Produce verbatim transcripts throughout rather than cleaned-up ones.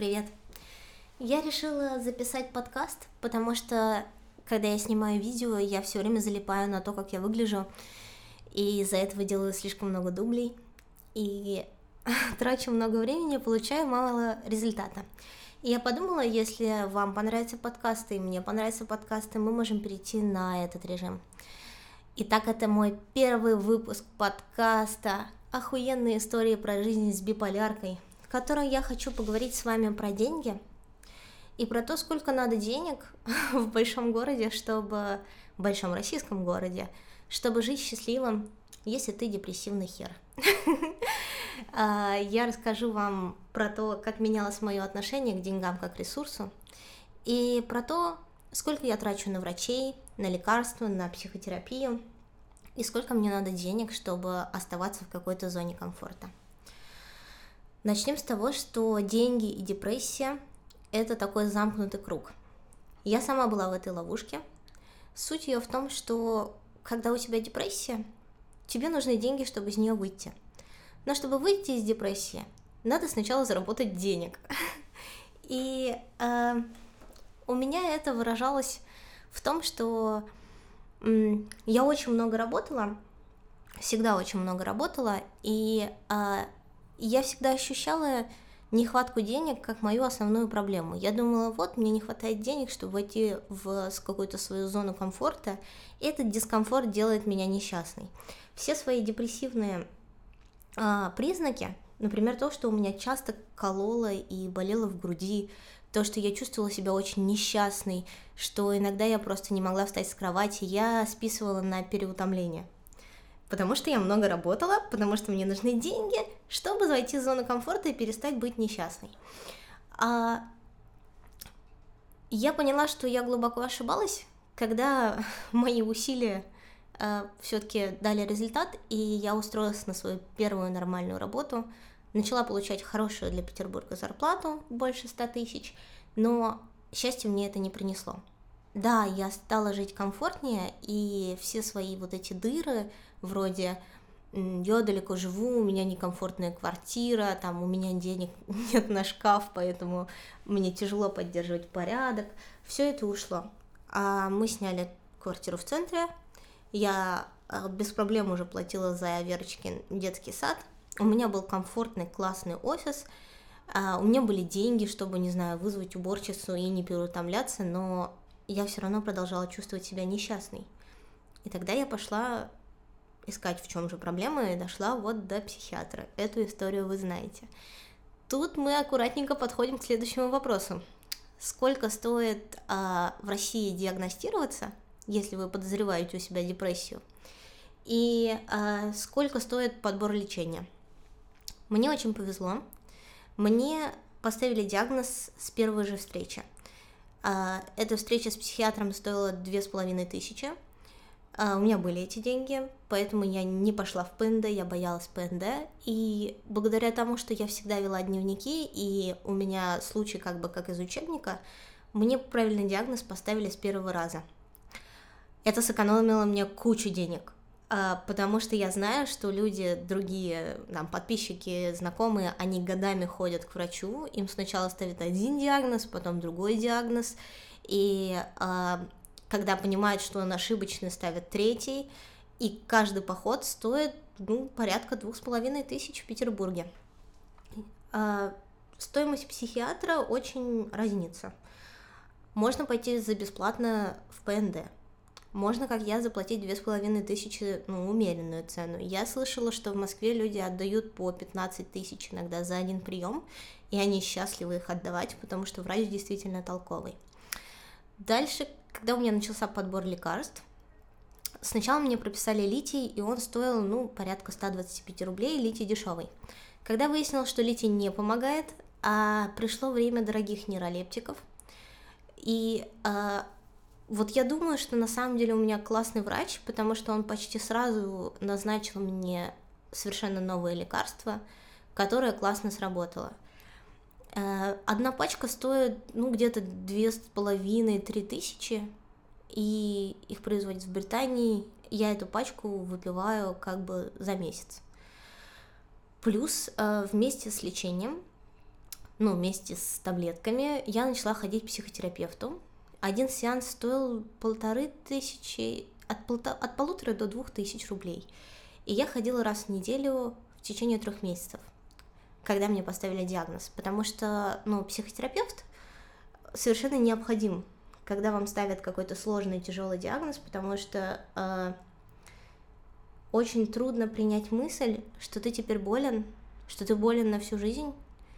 Привет. Я решила записать подкаст, потому что, когда я снимаю видео, я все время залипаю на то, как я выгляжу, и из-за этого делаю слишком много дублей, и трачу много времени, получаю мало результата. И я подумала, если вам понравятся подкасты, и мне понравятся подкасты, мы можем перейти на этот режим. Итак, это мой первый выпуск подкаста «Охуенные истории про жизнь с биполяркой», в котором я хочу поговорить с вами про деньги и про то, сколько надо денег в большом городе, чтобы... в большом российском городе, чтобы жить счастливым, если ты депрессивный хер. Я расскажу вам про то, как менялось мое отношение к деньгам как к ресурсу, и про то, сколько я трачу на врачей, на лекарства, на психотерапию, и сколько мне надо денег, чтобы оставаться в какой-то зоне комфорта. Начнем с того, что деньги и депрессия – это такой замкнутый круг. Я сама была в этой ловушке. Суть ее в том, что когда у тебя депрессия, тебе нужны деньги, чтобы из нее выйти. Но чтобы выйти из депрессии, надо сначала заработать денег. И э, у меня это выражалось в том, что э, я очень много работала, всегда очень много работала, и э, я всегда ощущала нехватку денег как мою основную проблему. Я думала, вот, мне не хватает денег, чтобы войти в какую-то свою зону комфорта, и этот дискомфорт делает меня несчастной. Все свои депрессивные а, признаки, например, то, что у меня часто кололо и болело в груди, то, что я чувствовала себя очень несчастной, что иногда я просто не могла встать с кровати, я списывала на переутомление. Потому что я много работала, потому что мне нужны деньги, чтобы войти в зону комфорта и перестать быть несчастной. А я поняла, что я глубоко ошибалась, когда мои усилия а, все-таки дали результат, и я устроилась на свою первую нормальную работу, начала получать хорошую для Петербурга зарплату, больше ста тысяч, но счастья мне это не принесло. Да, я стала жить комфортнее, и все свои вот эти дыры, вроде я далеко живу, у меня некомфортная квартира, там у меня денег нет на шкаф, поэтому мне тяжело поддерживать порядок, все это ушло. А мы сняли квартиру в центре, я без проблем уже платила за Верочкин детский сад, у меня был комфортный, классный офис, у меня были деньги, чтобы, не знаю, вызвать уборщицу и не переутомляться, но я все равно продолжала чувствовать себя несчастной. И тогда я пошла искать, в чем же проблема, и дошла вот до психиатра. Эту историю вы знаете. Тут мы аккуратненько подходим к следующему вопросу. Сколько стоит а, в России диагностироваться, если вы подозреваете у себя депрессию? И а, сколько стоит подбор лечения? Мне очень повезло. Мне поставили диагноз с первой же встречи. Эта встреча с психиатром стоила две с половиной тысячи. У меня были эти деньги, поэтому я не пошла в ПНД, я боялась ПНД. И благодаря тому, что я всегда вела дневники, и у меня случай как бы как из учебника, мне правильный диагноз поставили с первого раза. Это сэкономило мне кучу денег, потому что я знаю, что люди, другие там, подписчики, знакомые, они годами ходят к врачу, им сначала ставят один диагноз, потом другой диагноз, и а, когда понимают, что он ошибочный, ставят третий, и каждый поход стоит ну, порядка двух с половиной тысяч в Петербурге. А, стоимость психиатра очень разнится. Можно пойти за бесплатно в ПНД. Можно, как я, заплатить две с половиной тысячи, ну, умеренную цену. Я слышала, что в Москве люди отдают по пятнадцать тысяч иногда за один прием, и они счастливы их отдавать, потому что врач действительно толковый. Дальше, когда у меня начался подбор лекарств, сначала мне прописали литий, и он стоил, ну, порядка сто двадцать пять рублей, литий дешевый. Когда выяснилось, что литий не помогает, а пришло время дорогих нейролептиков, и... А, Вот я думаю, что на самом деле у меня классный врач, потому что он почти сразу назначил мне совершенно новое лекарство, которое классно сработало. Одна пачка стоит ну, где-то две с половиной — три тысячи, и их производят в Британии. Я эту пачку выпиваю как бы за месяц. Плюс вместе с лечением ну, вместе с таблетками, я начала ходить к психотерапевту. Один сеанс стоил полторы тысячи, от, полта, от полутора до двух тысяч рублей. И я ходила раз в неделю в течение трех месяцев, когда мне поставили диагноз. Потому что, ну, психотерапевт совершенно необходим, когда вам ставят какой-то сложный, тяжелый диагноз, потому что э, очень трудно принять мысль, что ты теперь болен, что ты болен на всю жизнь,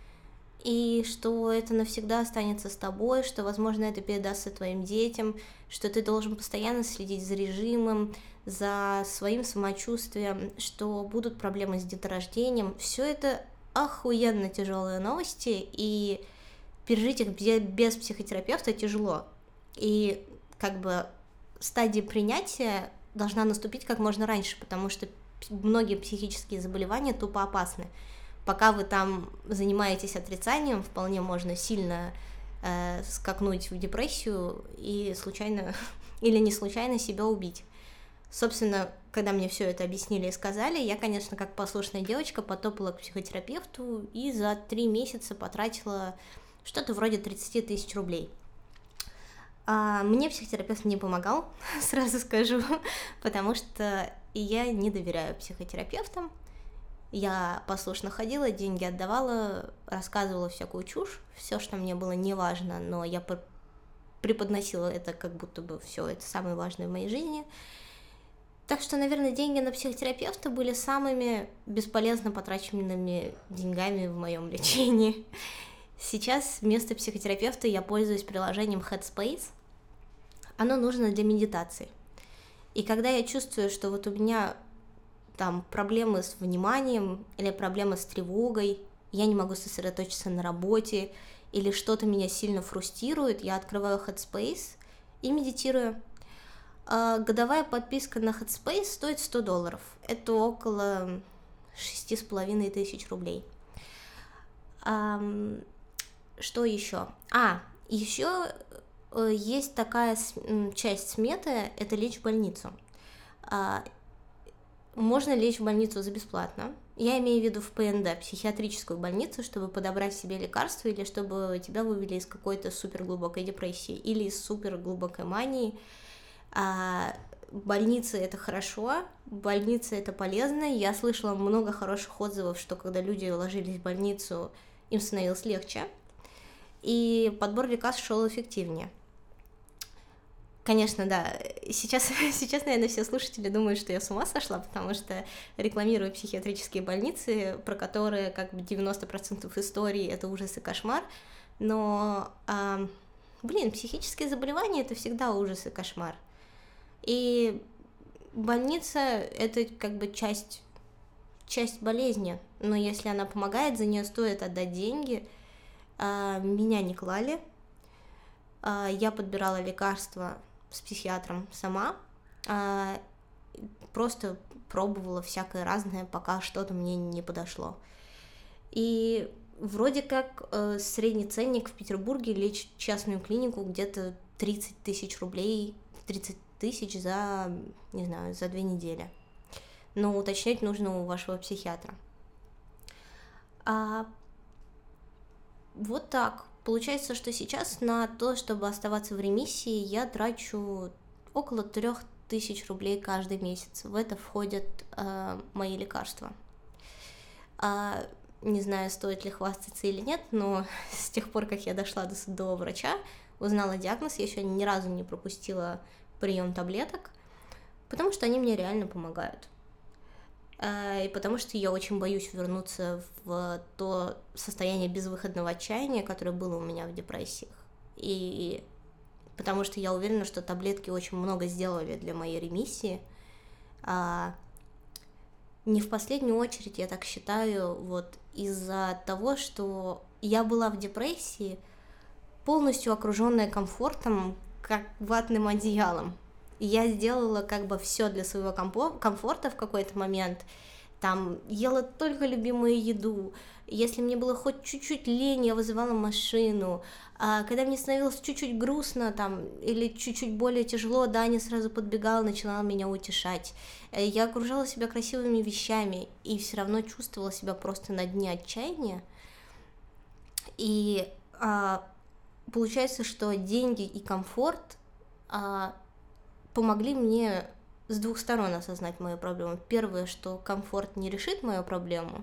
и что это навсегда останется с тобой, что, возможно, это передастся твоим детям, что ты должен постоянно следить за режимом, за своим самочувствием, что будут проблемы с деторождением. Все это охуенно тяжелые новости, и пережить их без психотерапевта тяжело. И как бы стадия принятия должна наступить как можно раньше, потому что многие психические заболевания тупо опасны. Пока вы там занимаетесь отрицанием, вполне можно сильно э, скакнуть в депрессию и случайно или не случайно себя убить. Собственно, когда мне все это объяснили и сказали, я, конечно, как послушная девочка потопала к психотерапевту и за три месяца потратила что-то вроде тридцать тысяч рублей. А мне психотерапевт не помогал, сразу скажу, потому что я не доверяю психотерапевтам. Я послушно ходила, деньги отдавала, рассказывала всякую чушь, все, что мне было не важно, но я преподносила это как будто бы все это самое важное в моей жизни. Так что, наверное, деньги на психотерапевта были самыми бесполезно потраченными деньгами в моем лечении. Сейчас вместо психотерапевта я пользуюсь приложением Headspace. Оно нужно для медитации. И когда я чувствую, что вот у меня там проблемы с вниманием или проблемы с тревогой, я не могу сосредоточиться на работе или что-то меня сильно фрустрирует, я открываю Headspace и медитирую. А годовая подписка на Headspace стоит сто долларов. Это около шесть с половиной тысяч рублей. А, что еще? А, еще есть такая часть сметы, это лечь в больницу. Можно лечь в больницу за бесплатно. Я имею в виду в ПНД, психиатрическую больницу, чтобы подобрать себе лекарства или чтобы тебя вывели из какой-то суперглубокой депрессии или из суперглубокой мании. А больница — это хорошо, больница — это полезно. Я слышала много хороших отзывов, что когда люди ложились в больницу, им становилось легче, и подбор лекарств шел эффективнее. Конечно, да, сейчас, сейчас, наверное, все слушатели думают, что я с ума сошла, потому что рекламирую психиатрические больницы, про которые как бы девяносто процентов истории — это ужас и кошмар, но, а, блин, психические заболевания — это всегда ужас и кошмар. И больница — это как бы часть, часть болезни, но если она помогает, за нее стоит отдать деньги. А, меня не клали, а, я подбирала лекарства с психиатром сама, а, просто пробовала всякое разное, пока что-то мне не подошло. И вроде как э, средний ценник в Петербурге лечит частную клинику где-то тридцать тысяч рублей, тридцать тысяч за, не знаю, за две недели. Но уточнять нужно у вашего психиатра. А, вот так. Получается, что сейчас на то, чтобы оставаться в ремиссии, я трачу около трех тысяч рублей каждый месяц. В это входят э, мои лекарства. А, не знаю, стоит ли хвастаться или нет, но с тех пор, как я дошла до, до врача, узнала диагноз, я еще ни разу не пропустила прием таблеток, потому что они мне реально помогают. И потому что я очень боюсь вернуться в то состояние безвыходного отчаяния, которое было у меня в депрессиях. И потому что я уверена, что таблетки очень много сделали для моей ремиссии. А не в последнюю очередь, я так считаю, вот из-за того, что я была в депрессии, полностью окруженная комфортом, как ватным одеялом. Я сделала как бы все для своего комфорта в какой-то момент. Там ела только любимую еду. Если мне было хоть чуть-чуть лень, я вызывала машину. А когда мне становилось чуть-чуть грустно там, или чуть-чуть более тяжело, Даня сразу подбегала, начинала меня утешать. Я окружала себя красивыми вещами и все равно чувствовала себя просто на дне отчаяния. И а, получается, что деньги и комфорт а, помогли мне с двух сторон осознать мою проблему. Первое, что комфорт не решит мою проблему,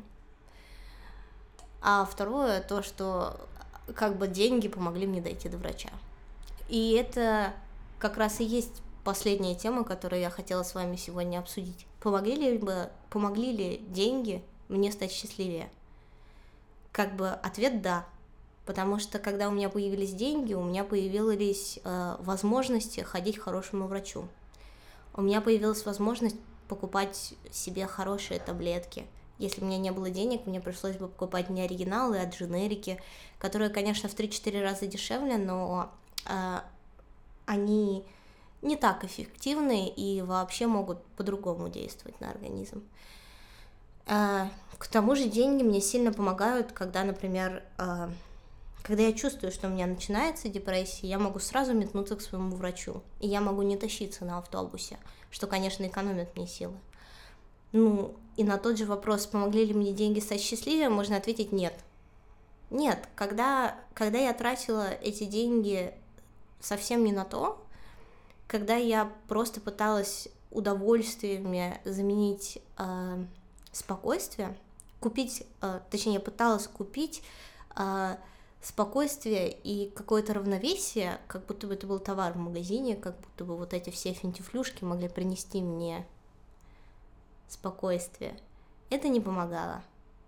а второе, то, что как бы деньги помогли мне дойти до врача. И это как раз и есть последняя тема, которую я хотела с вами сегодня обсудить. Помогли ли, бы, помогли ли деньги мне стать счастливее? Как бы ответ «да». Потому что когда у меня появились деньги, у меня появились э, возможности ходить к хорошему врачу. У меня появилась возможность покупать себе хорошие таблетки. Если у меня не было денег, мне пришлось бы покупать не оригиналы, а дженерики, которые, конечно, в три-четыре раза дешевле, но э, они не так эффективны и вообще могут по-другому действовать на организм. Э, к тому же деньги мне сильно помогают, когда, например, э, когда я чувствую, что у меня начинается депрессия, я могу сразу метнуться к своему врачу, и я могу не тащиться на автобусе, что, конечно, экономит мне силы. Ну, и на тот же вопрос, помогли ли мне деньги стать счастливее, можно ответить нет. Нет, когда, когда я тратила эти деньги совсем не на то, когда я просто пыталась удовольствиями заменить э, спокойствие, купить, э, точнее, пыталась купить э, спокойствие и какое-то равновесие, как будто бы это был товар в магазине, как будто бы вот эти все финтифлюшки могли принести мне спокойствие. Это не помогало.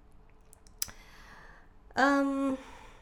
Эм...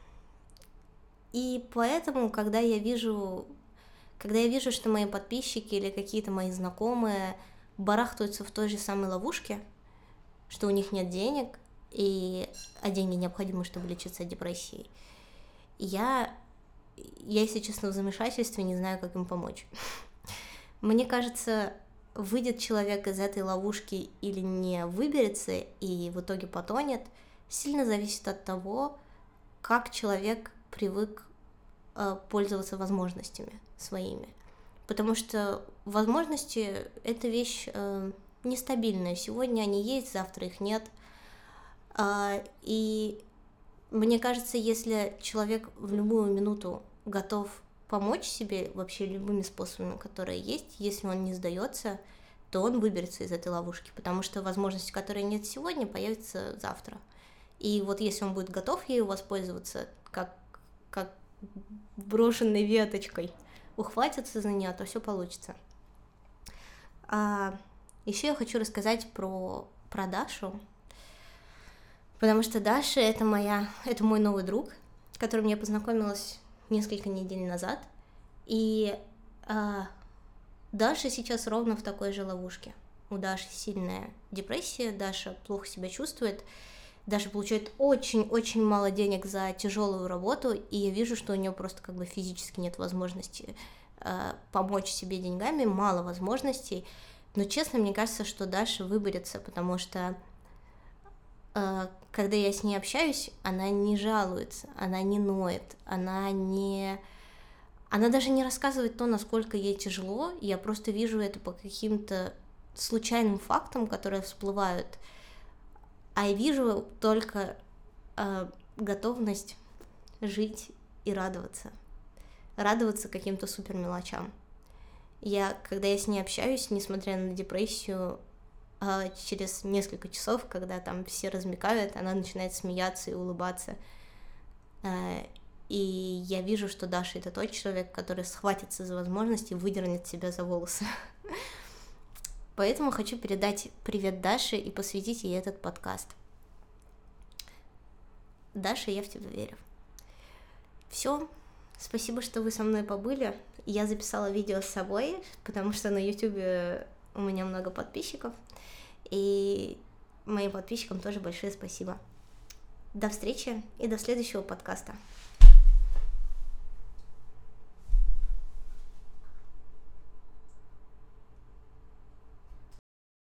И поэтому, когда я вижу, когда я вижу, что мои подписчики или какие-то мои знакомые барахтаются в той же самой ловушке, что у них нет денег, и, а деньги необходимы, чтобы лечиться от депрессии, я, я, если честно, в замешательстве, не знаю, как им помочь. Мне кажется, выйдет человек из этой ловушки или не выберется и в итоге потонет, сильно зависит от того, как человек привык э, пользоваться возможностями своими. Потому что возможности — это вещь э, нестабильная. Сегодня они есть, завтра их нет. Э, и мне кажется, если человек в любую минуту готов помочь себе вообще любыми способами, которые есть, если он не сдается, то он выберется из этой ловушки, потому что возможности, которые нет сегодня, появятся завтра. И вот если он будет готов ею воспользоваться, как, как брошенной веточкой, ухватиться за нее, то все получится. А еще я хочу рассказать про, про Дашу, потому что Даша — это моя, это мой новый друг, с которым я познакомилась несколько недель назад, и а, Даша сейчас ровно в такой же ловушке. У Даши сильная депрессия, Даша плохо себя чувствует, Даша получает очень-очень мало денег за тяжелую работу, и я вижу, что у нее просто как бы физически нет возможности э, помочь себе деньгами, мало возможностей, но честно, мне кажется, что Даша выберется, потому что э, когда я с ней общаюсь, она не жалуется, она не ноет, она не... Она даже не рассказывает то, насколько ей тяжело, я просто вижу это по каким-то случайным фактам, которые всплывают, а я вижу только э, готовность жить и радоваться. Радоваться каким-то супер мелочам. Я, когда я с ней общаюсь, несмотря на депрессию, э, через несколько часов, когда там все размякают, она начинает смеяться и улыбаться. Э, и я вижу, что Даша — это тот человек, который схватится за возможности и выдернет себя за волосы. Поэтому хочу передать привет Даше и посвятить ей этот подкаст. Даша, я в тебя верю. Все, спасибо, что вы со мной побыли. Я записала видео с собой, потому что на YouTube у меня много подписчиков, и моим подписчикам тоже большое спасибо. До встречи и до следующего подкаста.